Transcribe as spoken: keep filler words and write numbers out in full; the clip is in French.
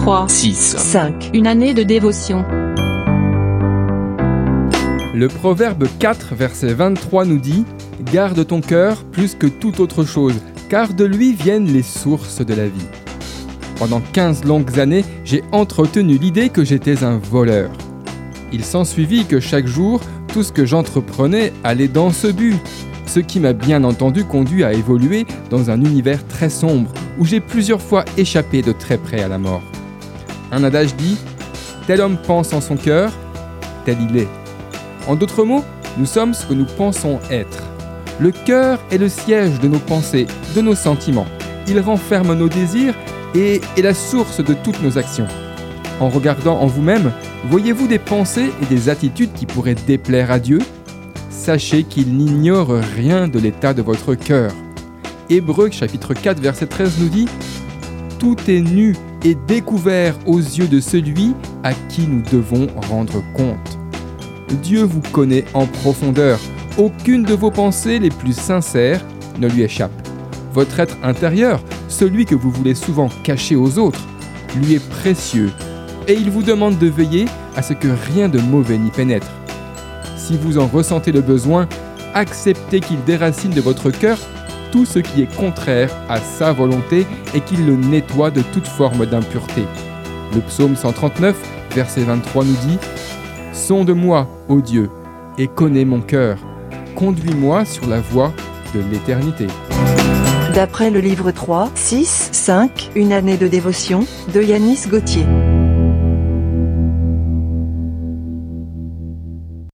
trois, six, cinq. Une année de dévotion. Le Proverbe quatre, verset vingt-trois nous dit « Garde ton cœur plus que toute autre chose, car de lui viennent les sources de la vie. » Pendant quinze longues années, j'ai entretenu l'idée que j'étais un voleur. Il s'ensuivit que chaque jour, tout ce que j'entreprenais allait dans ce but, ce qui m'a bien entendu conduit à évoluer dans un univers très sombre, où j'ai plusieurs fois échappé de très près à la mort. Un adage dit « Tel homme pense en son cœur, tel il est ». En d'autres mots, nous sommes ce que nous pensons être. Le cœur est le siège de nos pensées, de nos sentiments. Il renferme nos désirs et est la source de toutes nos actions. En regardant en vous-même, voyez-vous des pensées et des attitudes qui pourraient déplaire à Dieu ? Sachez qu'il n'ignore rien de l'état de votre cœur. Hébreux chapitre quatre, verset treize nous dit « Tout est nu et découvert aux yeux de celui à qui nous devons rendre compte. » Dieu vous connaît en profondeur. Aucune de vos pensées les plus sincères ne lui échappe. Votre être intérieur, celui que vous voulez souvent cacher aux autres, lui est précieux et il vous demande de veiller à ce que rien de mauvais n'y pénètre. Si vous en ressentez le besoin, acceptez qu'il déracine de votre cœur tout ce qui est contraire à sa volonté et qu'il le nettoie de toute forme d'impureté. Le psaume cent trente-neuf, verset vingt-trois nous dit « Sonde-moi, ô Dieu, et connais mon cœur. Conduis-moi sur la voie de l'éternité. » D'après le livre trois, six, cinq, Une année de dévotion, de Yanis Gauthier.